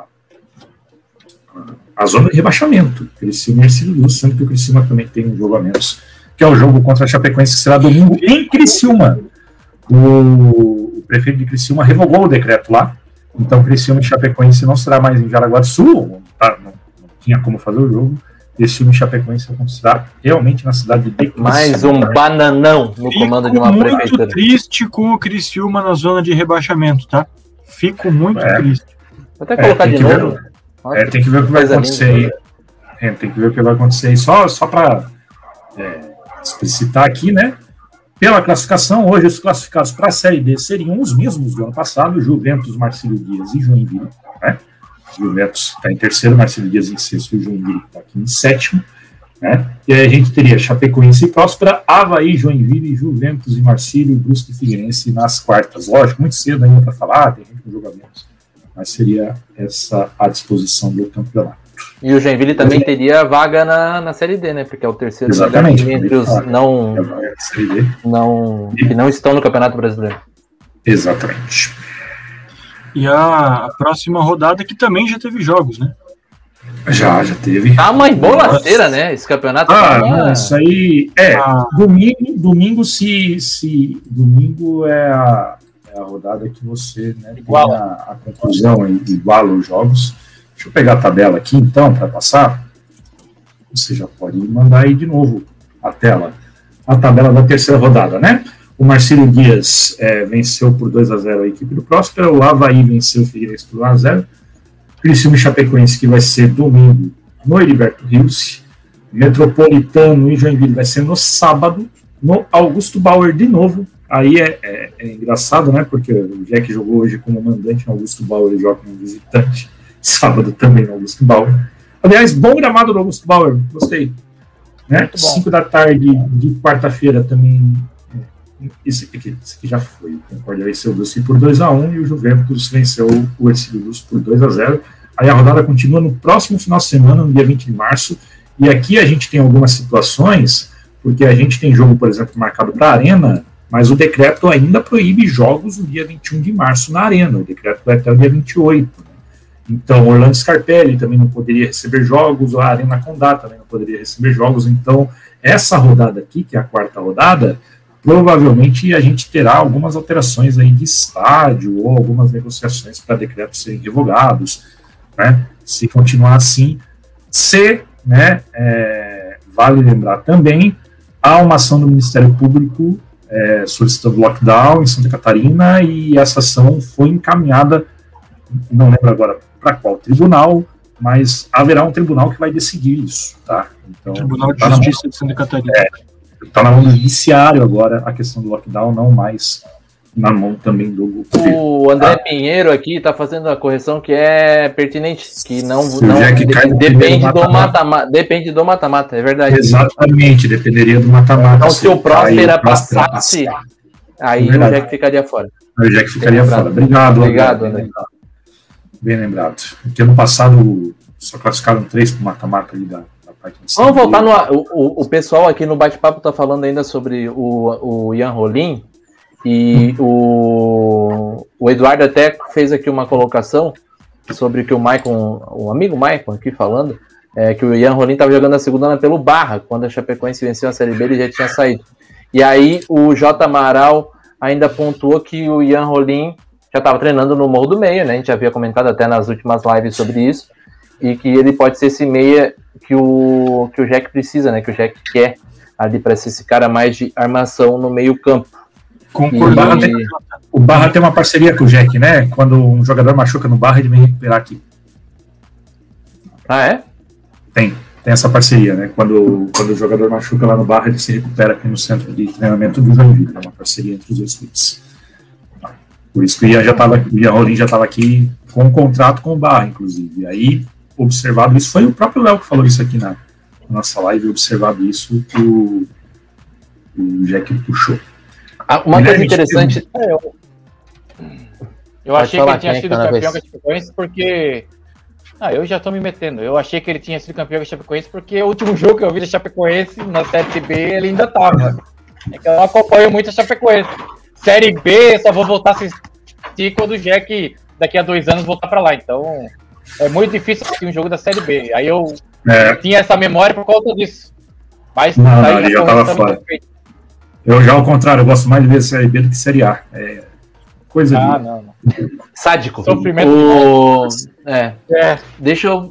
a zona de rebaixamento. Criciúma e Ercílio Luz, sendo que o Criciúma também tem um jogo a menos, que é o jogo contra a Chapecoense, que será domingo em Criciúma. O, o prefeito de Criciúma revogou o decreto lá, então Criciúma e Chapecoense não será mais em Jaraguá do Sul, tá, não, não tinha como fazer o jogo. Criciúma e Chapecoense vão estar realmente na cidade de Criciúma. Mais um bananão no comando de uma Fico prefeitura. muito triste com o Criciúma na zona de rebaixamento, tá? Fico muito É. triste. Vou até É, colocar tem de que ver. novo. É, tem que ver o que vai Coisa acontecer aí. linda. É, tem que ver o que vai acontecer aí. Só, só para é, explicitar aqui, né? Pela classificação, hoje os classificados para a Série D seriam os mesmos do ano passado: Juventus, Marcílio Dias e Joinville. Né? Juventus está em terceiro, Marcílio Dias em sexto e o Joinville está aqui em sétimo. Né? E aí a gente teria Chapecoense e Próspera, Avaí, Joinville, Juventus e Marcílio, Brusque e Figueirense nas quartas. Lógico, muito cedo ainda para falar, tem gente com jogo a menos. Mas seria essa a disposição do campeonato. E o Joinville também teria vaga na, na Série D, né? Porque é o terceiro Exatamente. lugar entre os não, É a Série D. não, que não estão no Campeonato Brasileiro. Exatamente. E a, a próxima rodada que também já teve jogos, né? Já, já teve. Tá uma embolaceira, né? Esse campeonato Ah, tá uma- não, isso aí é. Ah. Domingo, domingo se, se. Domingo é a, é a rodada que você né, tem Iguala. a, a conclusão e iguala os jogos. Deixa eu pegar a tabela aqui então para passar. Você já pode mandar aí de novo a tela. A tabela da terceira rodada, né? O Marcílio Dias é, venceu por dois a zero a equipe do Próspera. O Avaí venceu o Figueirense por um a zero. Criciúma e Chapecoense, que vai ser domingo no Heriberto Rios. Metropolitano e Joinville vai ser no sábado, no Augusto Bauer de novo. Aí é, é, é engraçado, né? Porque o Jack jogou hoje como mandante no Augusto Bauer e joga como visitante. Sábado também no Augusto Bauer. Aliás, bom gramado do Augusto Bauer, gostei. Né? Muito bom. cinco da tarde de quarta-feira também esse aqui, esse aqui já foi. O Concórdia venceu o Dulce por dois a um e o Juventus venceu o Ercílio Luz por dois a zero. Aí a rodada continua no próximo final de semana, no dia vinte de março. E aqui a gente tem algumas situações, porque a gente tem jogo, por exemplo, marcado para a Arena, mas o decreto ainda proíbe jogos no dia vinte e um de março na Arena. O decreto vai até o dia vinte e oito. Né? Então, Orlando Scarpelli também não poderia receber jogos, a Arena Condá também não poderia receber jogos. Então, essa rodada aqui, que é a quarta rodada, provavelmente a gente terá algumas alterações aí de estádio ou algumas negociações para decretos serem revogados, né? Se continuar assim, se, né, é, vale lembrar também, há uma ação do Ministério Público é, solicitando lockdown em Santa Catarina e essa ação foi encaminhada, não lembro agora para qual tribunal, mas haverá um tribunal que vai decidir isso, tá? Então, Tribunal de tá Justiça mão, de Santa Catarina. Está é, na mão do judiciário agora a questão do lockdown, não mais na mão também do governo. O André ah. Pinheiro aqui está fazendo a correção que é pertinente, que não, não Jack de, depende do mata-mata, depende do mata-mata, é verdade. Exatamente, dependeria do mata-mata. Então, se o Próspera passasse, aí é o Jack ficaria fora. O Jack ficaria Bem fora. Obrigado, Obrigado, André. Bem lembrado. Bem lembrado. Porque ano passado só classificaram três para o mata-mata ali da, da parte de Vamos voltar no. O, o pessoal aqui no bate-papo está falando ainda sobre o, o Ian Rolim. E o, o Eduardo até fez aqui uma colocação sobre que o Maicon, o amigo Maicon aqui falando, é, que o Ian Rolim estava jogando a segunda pelo Barra, quando a Chapecoense venceu a Série B, ele já tinha saído. E aí o J. Amaral ainda pontuou que o Ian Rolim já estava treinando no Morro do Meio, né? A gente já havia comentado até nas últimas lives sobre isso, e que ele pode ser esse meia que o, que o Jack precisa, né? Que o Jack quer ali para ser esse cara mais de armação no meio campo. O Barra, tem, o Barra tem uma parceria com o Jack, né? Quando um jogador machuca no Barra, ele vem recuperar aqui. Ah, é? Tem, tem essa parceria, né? Quando, quando o jogador machuca lá no Barra, ele se recupera aqui no centro de treinamento do Joinville. É uma parceria entre os dois clubes. Por isso que o Ian, já tava, o Ian Rolim já estava aqui com um contrato com o Barra, inclusive. E aí, observado isso, foi o próprio Léo que falou isso aqui na, na nossa live, observado isso que o, o Jack puxou. Uma coisa interessante. É, eu eu achei que ele tinha sido campeão com a Chapecoense porque. Ah, eu já tô me metendo. Eu achei que ele tinha sido campeão com a Chapecoense porque o último jogo que eu vi da Chapecoense na Série B ele ainda tava. É que eu não acompanho muito a Chapecoense. Série B, só vou voltar a assistir quando o Jack daqui a dois anos voltar pra lá. Então é muito difícil assistir um jogo da Série B. Aí eu é. tinha essa memória por conta disso. Mas não, não, ele já tava fora. Eu já, ao contrário, eu gosto mais de ver Série B do que Série A. É coisa ah, de... não, não. Sádico. Sofrimento. O... É. é. Deixa eu...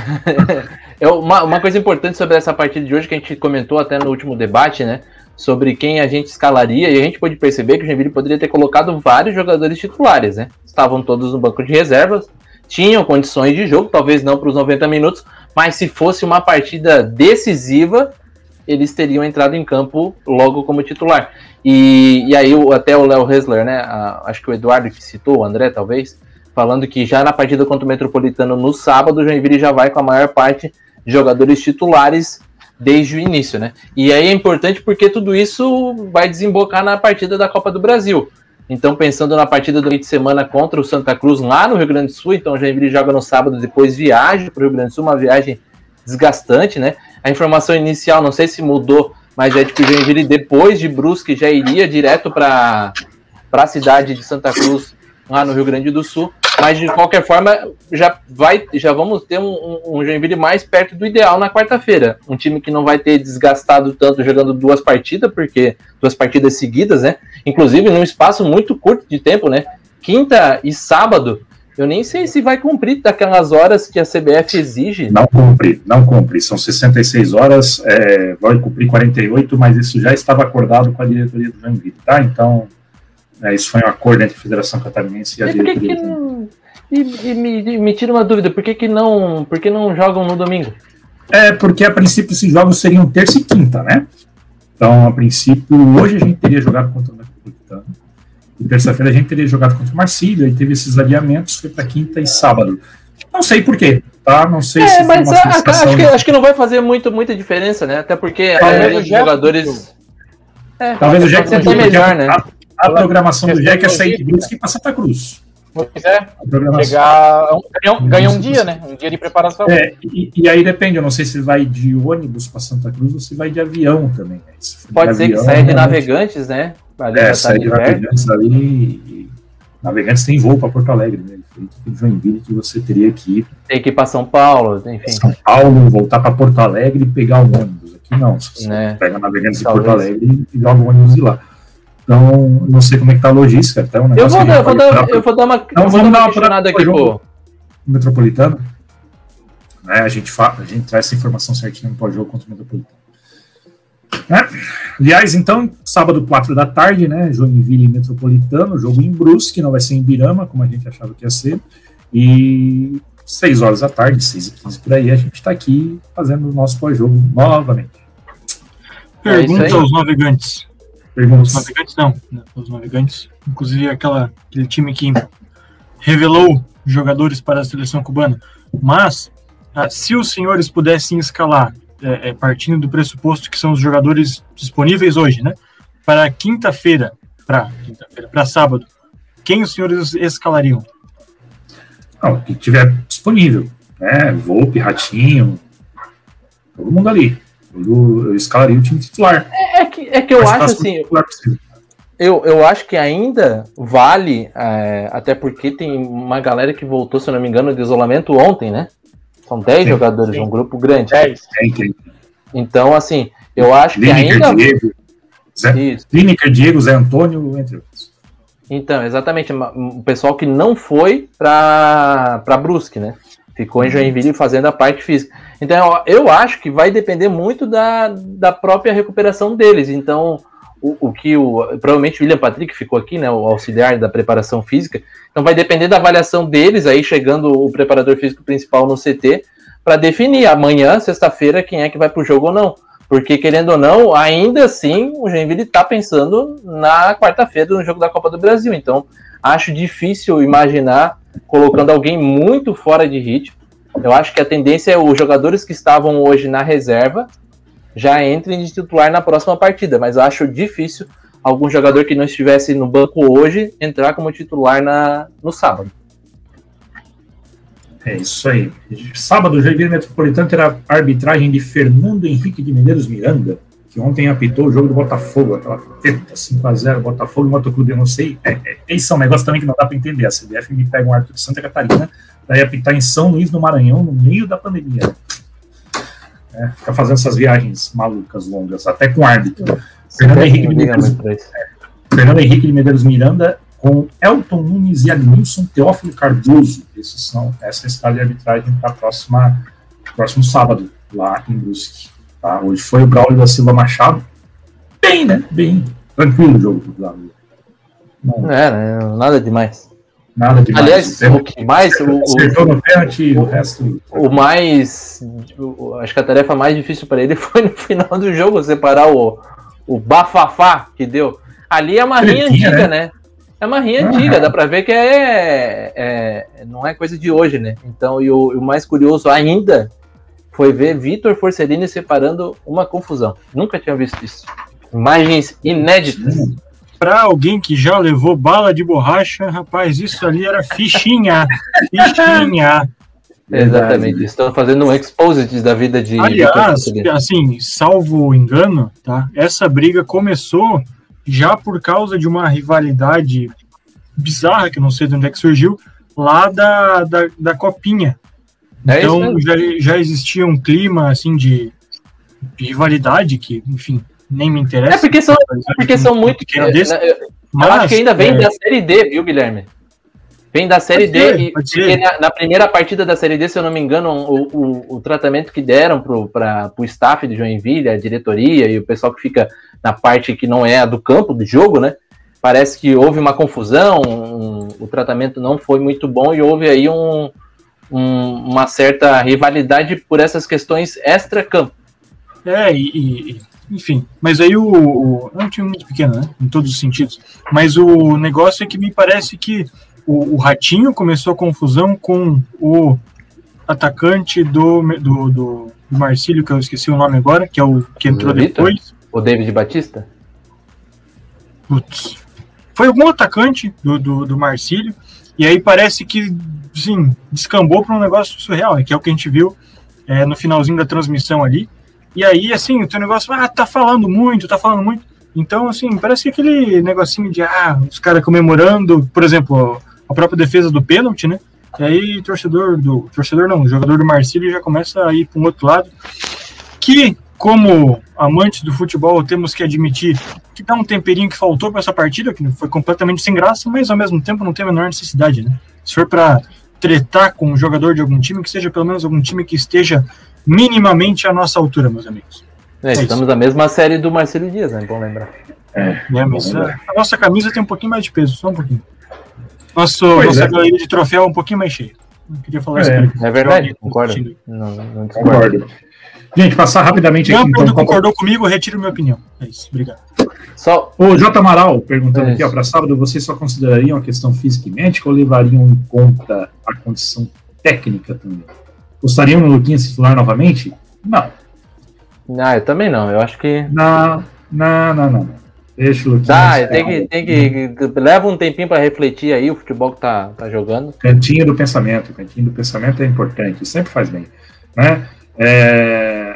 eu uma, uma coisa importante sobre essa partida de hoje, que a gente comentou até no último debate, né? Sobre quem a gente escalaria, e a gente pôde perceber que o Joinville poderia ter colocado vários jogadores titulares, né? Estavam todos no banco de reservas, tinham condições de jogo, talvez não para os noventa minutos, mas se fosse uma partida decisiva, eles teriam entrado em campo logo como titular. E, e aí até o Léo Hessler, né, a, acho que o Eduardo que citou, o André talvez, falando que já na partida contra o Metropolitano no sábado, o Joinville já vai com a maior parte de jogadores titulares desde o início, né? E aí é importante porque tudo isso vai desembocar na partida da Copa do Brasil. Então, pensando na partida do fim de semana contra o Santa Cruz lá no Rio Grande do Sul, então o Joinville joga no sábado, depois viaja para o Rio Grande do Sul, uma viagem desgastante, né? A informação inicial, não sei se mudou, mas é de que o Joinville, depois de Brusque, já iria direto para a cidade de Santa Cruz, lá no Rio Grande do Sul. Mas, de qualquer forma, já, vai, já vamos ter um, um Joinville mais perto do ideal na quarta-feira. Um time que não vai ter desgastado tanto jogando duas partidas, porque duas partidas seguidas, né? Inclusive, num espaço muito curto de tempo, né? Quinta e sábado, eu nem sei se vai cumprir daquelas horas que a C B F exige. Não cumpre, não cumpre. São sessenta e seis horas, é, vai cumprir quarenta e oito, mas isso já estava acordado com a diretoria do Joinville, tá? Então, é, isso foi um acordo entre a Federação Catarinense e a e diretoria. Que não... E, e me, me tira uma dúvida, por que, que, não, por que não jogam no domingo? É, porque a princípio esses jogos seriam terça e quinta, né? Então, a princípio, hoje a gente teria jogado contra o Metropolitano. E terça-feira a gente teria jogado contra o Marcílio, aí teve esses adiamentos, foi para quinta e sábado. Não sei por quê, tá? Não sei é, se mas foi uma a, acho, que, acho que não vai fazer muito, muita diferença, né? Até porque a maioria dos jogadores... É, Talvez o Jack pode ser melhor, né? A, a programação do Jack é sair de Brusque para Santa Cruz. Pois é, chegar, ganha, ganha um dia, né? Um dia de preparação. É, e, e aí depende, eu não sei se vai de ônibus para Santa Cruz ou se vai de avião também. Né? Pode ser avião, que saia de Navegantes, né? Ali é, saia de Navegantes ali. E Navegantes tem voo para Porto Alegre, né? Feito de Joinville que você teria que ir. Tem que ir para São Paulo, enfim. São Paulo, voltar para Porto Alegre e pegar o ônibus. Aqui não, você né? pega Navegantes Talvez. de Porto Alegre e joga o ônibus de lá. Então, não sei como é que tá a logística. Até um eu, vou dar, eu, vou dar, eu vou dar uma, então, eu vou dar uma questionada aqui, pô. Metropolitano. Né, a, gente fa... a gente traz essa informação certinha no pós-jogo contra o Metropolitano. Né? Aliás, então, sábado, quatro da tarde, né? Joinville e Metropolitano, jogo em Brusque, não vai ser em Birama, como a gente achava que ia ser. E seis horas da tarde, seis e quinze por aí, a gente está aqui fazendo o nosso pós-jogo novamente. Pergunta é aos navegantes. Perguntas. Os navegantes não, né? Os navegantes, inclusive aquela, aquele time que revelou jogadores para a seleção cubana. Mas, ah, se os senhores pudessem escalar, é, é, partindo do pressuposto que são os jogadores disponíveis hoje, né? Para quinta-feira, para quinta-feira, para sábado, quem os senhores escalariam? Não, quem tiver disponível, né? Volpe, Ratinho, todo mundo ali. Eu, eu escalaria o time titular. É, é, que, é que eu acho assim. Eu, eu acho que ainda vale, é, até porque tem uma galera que voltou, se eu não me engano, de isolamento ontem, né? São dez jogadores, sim. Um grupo grande. dez. Então, assim, eu acho Lineker, que ainda. Diego, Zé, Lineker, Diego, Zé Antônio, entre outros. Então, exatamente. O pessoal que não foi para Brusque, né? Ficou em Joinville fazendo a parte física. Então, eu acho que vai depender muito da, da própria recuperação deles. Então, o, o que o... Provavelmente o William Patrick ficou aqui, né? O auxiliar da preparação física. Então, vai depender da avaliação deles, aí chegando o preparador físico principal no C T, para definir amanhã, sexta-feira, quem é que vai pro jogo ou não. Porque, querendo ou não, ainda assim, o Joinville está pensando na quarta-feira no jogo da Copa do Brasil. Então, acho difícil imaginar colocando alguém muito fora de ritmo. Eu acho que a tendência é os jogadores que estavam hoje na reserva já entrem de titular na próxima partida, mas eu acho difícil algum jogador que não estivesse no banco hoje entrar como titular na, no sábado. É isso aí. Sábado, o Joinville Metropolitano terá a arbitragem de Fernando Henrique de Medeiros Miranda, que ontem apitou o jogo do Botafogo, aquela treta, cinco a zero, Botafogo e Motoclube, eu não sei. É, é, esse é um negócio também que não dá para entender. A C B F me pega um árbitro de Santa Catarina, daí apitar em São Luís, no Maranhão, no meio da pandemia. É, fica fazendo essas viagens malucas, longas, até com árbitro. Fernando Henrique, de Medeiros, é, Fernando Henrique de Medeiros Miranda, com Elton Nunes e Agnilson Teófilo Cardoso. Esses são, essa é a escala de arbitragem para próxima próximo sábado, lá em Brusque. Tá, hoje foi o Braulio da Silva Machado. Bem, né? Bem. Tranquilo o jogo do Braulio. Não é, né? Nada demais. Nada demais. Aliás, o, o que mais. O, acertou no pênalti, o resto. O mais. O, acho que a tarefa mais difícil para ele foi no final do jogo separar o, o bafafá que deu. Ali é uma rinha antiga, né? né? É uma rinha uhum. antiga, dá pra ver que é, é. Não é coisa de hoje, né? Então, e o, o mais curioso ainda foi ver Vitor Forcellini separando uma confusão. Nunca tinha visto isso. Imagens inéditas. Para alguém que já levou bala de borracha, rapaz, isso ali era fichinha. Fichinha. Exatamente. Estão fazendo um exposit da vida de... Aliás, assim, salvo engano, tá? Essa briga começou já por causa de uma rivalidade bizarra, que eu não sei de onde é que surgiu, lá da, da, da Copinha. É então já, já existia um clima assim de, de rivalidade que, enfim, nem me interessa. É porque são, é porque são muito. É, desse, eu, mas, eu acho que ainda vem é... da Série D, viu, Guilherme? Vem da Série pode D ser, e porque na, na primeira partida da Série D, se eu não me engano, o, o, o tratamento que deram para o staff de Joinville, a diretoria e o pessoal que fica na parte que não é a do campo do jogo, né? Parece que houve uma confusão, um, o tratamento não foi muito bom e houve aí um Um, uma certa rivalidade por essas questões extra-campo. É, e, e enfim, mas aí o, o... é um time muito pequeno, né, em todos os sentidos, mas o negócio é que me parece que o, o Ratinho começou a confusão com o atacante do, do, do Marcílio, que eu esqueci o nome agora, que é o que entrou o depois. O David Batista? putz, foi algum atacante do, do, do Marcílio, e aí parece que, sim, descambou para um negócio surreal, né, que é o que a gente viu é, no finalzinho da transmissão ali. E aí, assim, o teu negócio, ah, tá falando muito, tá falando muito. Então, assim, parece que aquele negocinho de, ah, os caras comemorando, por exemplo, a própria defesa do pênalti, né? E aí, torcedor do... Torcedor não, o jogador do Marcílio já começa a ir para um outro lado. Que, como amantes do futebol, temos que admitir que dá um temperinho que faltou para essa partida, que foi completamente sem graça, mas ao mesmo tempo não tem a menor necessidade, né? Se for para tretar com um jogador de algum time, que seja pelo menos algum time que esteja minimamente à nossa altura, meus amigos. É, é estamos isso. Na mesma série do Marcelo Dias, né? Bom lembrar. É, é mas a, a nossa camisa tem um pouquinho mais de peso, só um pouquinho. Nosso, nossa é. galeria de troféu é um pouquinho mais cheia. Não queria falar é, isso. É verdade, concordo. Não, não concordo. Gente, passar rapidamente aqui. Não, então, concordou comigo, eu retiro minha opinião. É isso, obrigado. Só... O J. Amaral perguntando é aqui, ó, para sábado, vocês só considerariam a questão física e médica ou levariam em conta a condição técnica também? Gostariam no Luquinhas titular novamente? Não. Não, eu também não. Eu acho que. Não, não, não, não. Deixa o Luquinhas. Tá, tem que, tem que. Leva um tempinho para refletir aí o futebol que tá, tá jogando. Cantinho do pensamento. Cantinho do pensamento é importante. Sempre faz bem. Né? É...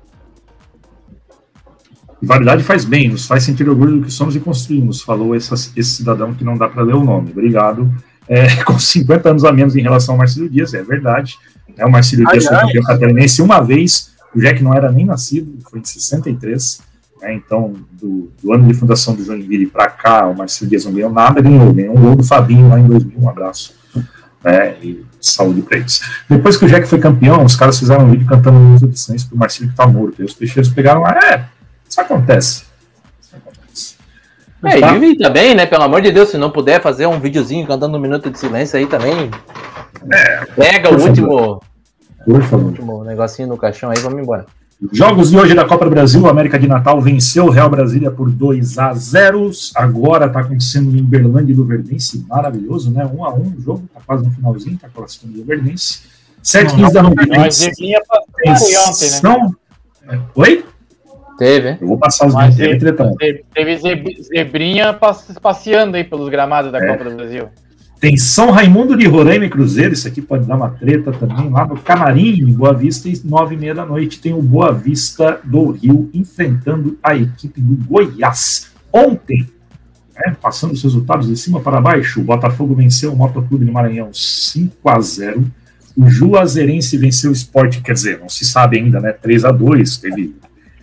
Rivalidade faz bem, nos faz sentir orgulho do que somos e construímos. Falou essa, esse cidadão que não dá para ler o nome. Obrigado. É, com cinquenta anos a menos em relação ao Marcelo Dias, é verdade. É, o Marcelo Dias foi campeão catarinense uma vez, o Jack não era nem nascido, foi em sessenta e três, né, então do, do ano de fundação do Joinville para cá, o Marcelo Dias não ganhou nada, ganhou, ganhou um gol do Fabinho lá em dois mil, um abraço, né, e saúde para eles. Depois que o Jack foi campeão, os caras fizeram um vídeo cantando música de silêncio pro Marcelo que tá morto, e os peixeiros pegaram, é, isso acontece. Isso acontece. É, tá? E também, né, pelo amor de Deus, se não puder fazer um videozinho cantando um minuto de silêncio aí também, é, pega o último, último negocinho no caixão aí, vamos embora. Jogos de hoje da Copa do Brasil, o América de Natal venceu o Real Brasília por dois a zero, agora está acontecendo em Uberlândia e Luverdense, maravilhoso, né, um a um o jogo, está quase no finalzinho, está classificando o Luverdense, sete a quinze da Luverdense. Tensão... É, oi? Teve. Eu vou passar os vídeos dele tretando. Teve zebrinha passeando aí pelos gramados da é. Copa do Brasil. Tem São Raimundo de Roraima e Cruzeiro, isso aqui pode dar uma treta também, lá no Camarim, em Boa Vista, e nove e meia da noite tem o Boa Vista do Rio enfrentando a equipe do Goiás. Ontem, né, passando os resultados de cima para baixo, o Botafogo venceu o Motoclube do Maranhão cinco a zero, o Juazeirense venceu o Sport, quer dizer, não se sabe ainda, né, três a dois, teve...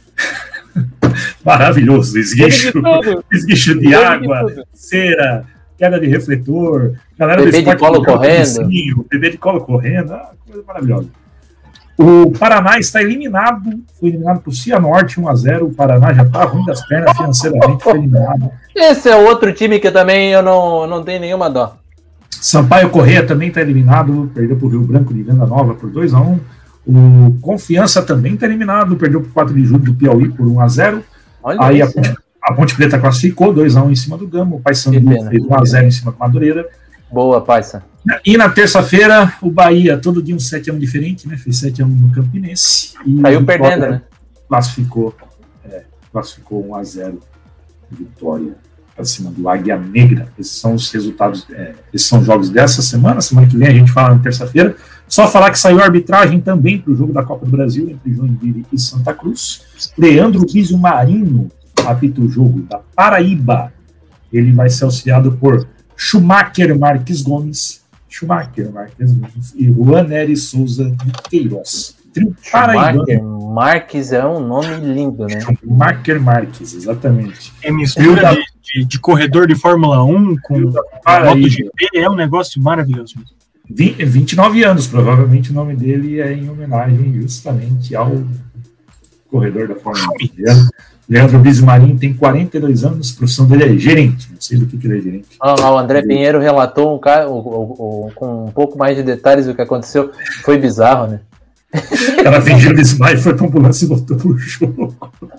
maravilhoso, esguicho, esguicho de água, cera, queda de refletor, galera bebê do esporte de colo correndo, bebê de colo correndo, ah, coisa maravilhosa. O Paraná está eliminado, foi eliminado por Cianorte um a zero, o Paraná já está ruim das pernas financeiramente, foi eliminado. Esse é outro time que também eu não, não tenho nenhuma dó. Sampaio Corrêa também está eliminado, perdeu para o Rio Branco de Venda Nova por dois a um. O Confiança também está eliminado, perdeu por quatro de julho do Piauí por um a zero. Olha aí a Ponte, a Ponte Preta classificou, dois a um em cima do Gama, o Paysandu fez um a zero em cima do Madureira. Boa, Paysa. E na terça-feira, o Bahia, todo dia um sete a um diferente, né? Fez sete a um no Campinense. E saiu perdendo, né? Classificou, é, classificou um a zero Vitória para cima do Águia Negra. Esses são os resultados, é, esses são os jogos dessa semana. Semana que vem a gente fala na terça-feira. Só falar que saiu a arbitragem também para o jogo da Copa do Brasil entre Joinville e Santa Cruz. Leandro Guizio Marinho apita o jogo da Paraíba. Ele vai ser auxiliado por Schumacher Marques Gomes, Schumacher Marques Gomes e Juan Nery Souza de Queiroz. Schumacher Marques é um nome lindo, né? Schumacher Marques, exatamente. É mistura da... de, de corredor de Fórmula um com MotoGP, é um negócio maravilhoso. vinte e nove anos, provavelmente o nome dele é em homenagem justamente ao corredor da Fórmula um. Leandro Bismarim tem quarenta e dois anos, a profissão dele é gerente, não sei do que, que ele é gerente. Ah, lá, o André Pinheiro relatou um cara, o, o, o, com um pouco mais de detalhes do que aconteceu, foi bizarro, né? O cara fingiu desmaio, foi pra ambulância e voltou pro jogo.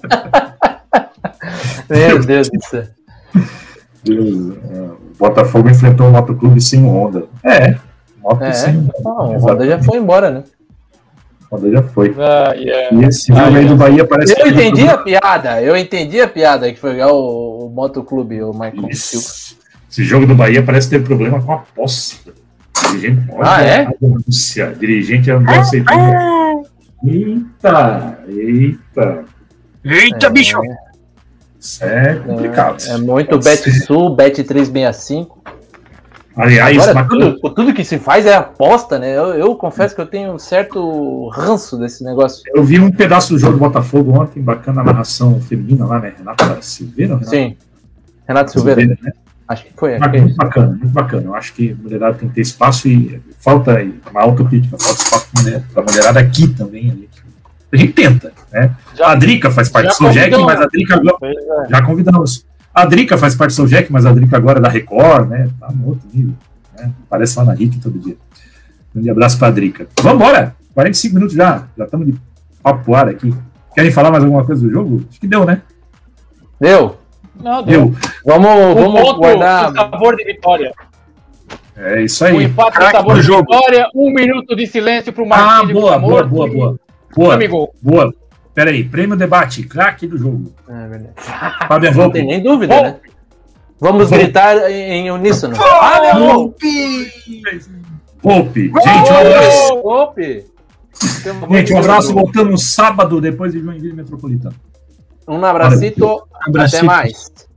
Meu Deus do céu. Deus, o Botafogo enfrentou o Motoclube sem o Honda. É, moto é, sem o Honda. Ah, o Honda já foi embora, né? Foda já foi. Ah, yeah. E esse jogo aí do Bahia parece Eu que- entendi a piada, eu entendi a piada que foi o, o Motoclube, o Michael Silva. Esse, esse jogo do Bahia parece ter problema com a posse. Dirigente, Ah, é? a denúncia. Dirigente andou aceitando. Eita, eita. Eita, bicho! Isso é complicado. É muito Pode Bet ser. Sul, Bet trezentos e sessenta e cinco. Aliás, Agora, bacana. tudo, tudo que se faz é aposta, né? Eu, eu confesso que eu tenho um certo ranço desse negócio. Eu vi um pedaço do jogo do Botafogo ontem, bacana a narração feminina lá, né? Renata Silveira? Renata Sim. Renato Silveira, né? acho que foi. Acho que é Bacana, muito isso. bacana, muito bacana. Eu acho que a mulherada tem que ter espaço e falta aí uma autocrítica, falta espaço pra mulher- pra mulherada aqui também. Ali. A gente tenta, né? Já- a Drica faz parte já do Sojec, convidou. mas a Drica agora. Pois é. Já convidamos. A Drica faz parte do Sojec, mas a Drica agora é da Record, né? Tá no outro nível. Né? Aparece lá na R I C todo dia. Um abraço pra Drica. Vambora! quarenta e cinco minutos já. Já estamos de papo ar aqui. Querem falar mais alguma coisa do jogo? Acho que deu, né? Deu? Não, deu. Deu. Vamos, Um vamos ponto guardar. de sabor de vitória. É isso Um aí. empate de Craque sabor do de jogo. vitória. Um minuto de silêncio pro Ah, Marquinhos. boa, por boa, amor boa, de- boa. Boa, Amigo. boa. Pera aí, prêmio debate, craque do jogo. É verdade. Fábio Não tem Volpe. nem dúvida, Bom. né? Vamos Vou. gritar em, em uníssono. Ah, meu! Volpe. Gente, um abraço. Ope! Gente, um abraço. Voltamos sábado, depois de Joinville Metropolitano. Um abracito. Até Abracito. mais.